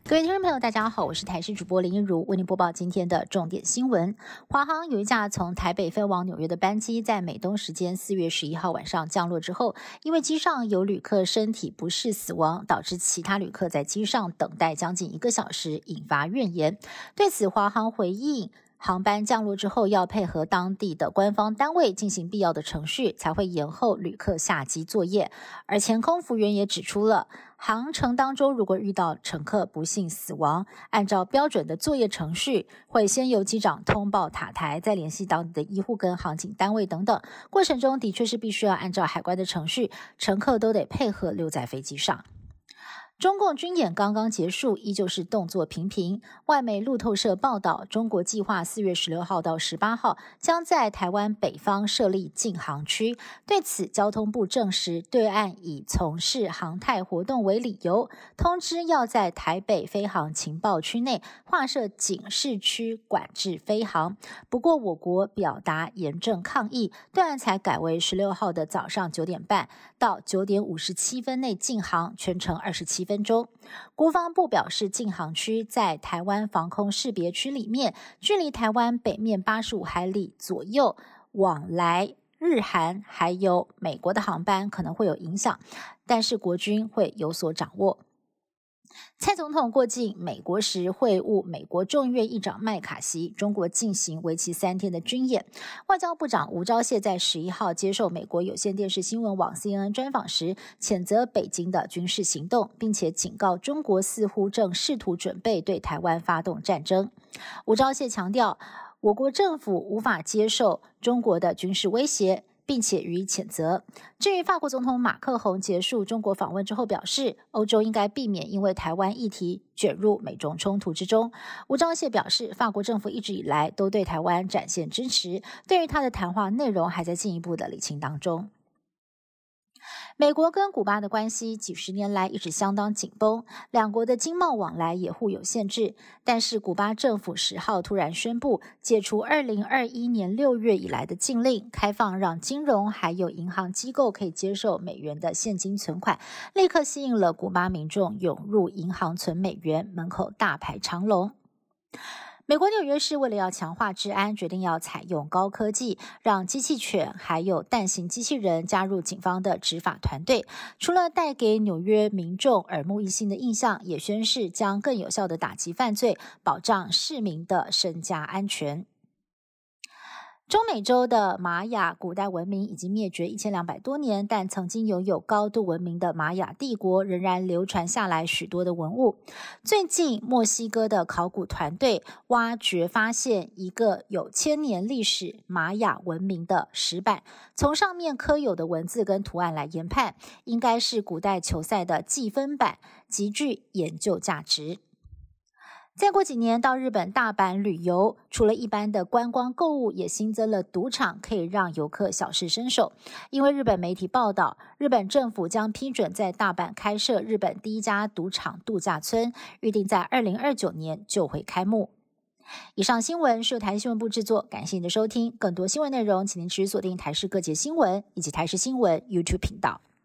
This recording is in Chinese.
各位听众朋友大家好，我是台视主播林一如，为您播报今天的重点新闻。华航有一架从台北飞往纽约的班机，在美东时间4月11号晚上降落之后，因为机上有旅客身体不适死亡，导致其他旅客在机上等待将近1个小时，引发怨言。对此，华航回应，航班降落之后要配合当地的官方单位进行必要的程序，才会延后旅客下机作业。而前空服员也指出了，航程当中如果遇到乘客不幸死亡，按照标准的作业程序，会先由机长通报塔台，再联系当地的医护跟航警单位等等。过程中的确是必须要按照海关的程序，乘客都得配合留在飞机上。中共军演刚刚结束，依旧是动作频频。外媒路透社报道，中国计划4月16号到18号将在台湾北方设立禁航区。对此，交通部证实，对岸以从事航太活动为理由，通知要在台北飞航情报区内划设警示区，管制飞航。不过，我国表达严正抗议，对岸才改为16号的早上9点半到9点57分内禁航，全程27分钟。国防部表示，禁航区在台湾防空识别区里面，距离台湾北面85海里左右，往来日韩还有美国的航班可能会有影响，但是国军会有所掌握。蔡总统过境美国时会晤美国众议院议长麦卡锡，中国进行为期3天的军演。外交部长吴钊燮在11号接受美国有线电视新闻网 CNN 专访时，谴责北京的军事行动，并且警告中国似乎正试图准备对台湾发动战争。吴钊燮强调，我国政府无法接受中国的军事威胁，并且予以谴责。至于法国总统马克宏结束中国访问之后表示，欧洲应该避免因为台湾议题卷入美中冲突之中。吴钊燮表示，法国政府一直以来都对台湾展现支持，对于他的谈话内容还在进一步的理清当中。美国跟古巴的关系几十年来一直相当紧绷，两国的经贸往来也互有限制。但是古巴政府10号突然宣布解除2021年6月以来的禁令，开放让金融还有银行机构可以接受美元的现金存款，立刻吸引了古巴民众涌入银行存美元，门口大排长龙。美国纽约市为了要强化治安，决定要采用高科技，让机器犬还有蛋形机器人加入警方的执法团队。除了带给纽约民众耳目一新的印象，也宣示将更有效地打击犯罪，保障市民的身家安全。中美洲的玛雅古代文明已经灭绝1200多年，但曾经拥有高度文明的玛雅帝国仍然流传下来许多的文物。最近，墨西哥的考古团队挖掘发现一个有1000年历史玛雅文明的石板，从上面刻有的文字跟图案来研判，应该是古代球赛的计分板，极具研究价值。再过几年到日本大阪旅游，除了一般的观光购物，也新增了赌场，可以让游客小试身手。因为日本媒体报道，日本政府将批准在大阪开设日本第一家赌场度假村，预定在2029年就会开幕。以上新闻是由台视新闻部制作，感谢您的收听。更多新闻内容，请您持续锁定台视各节新闻以及台视新闻 YouTube 频道。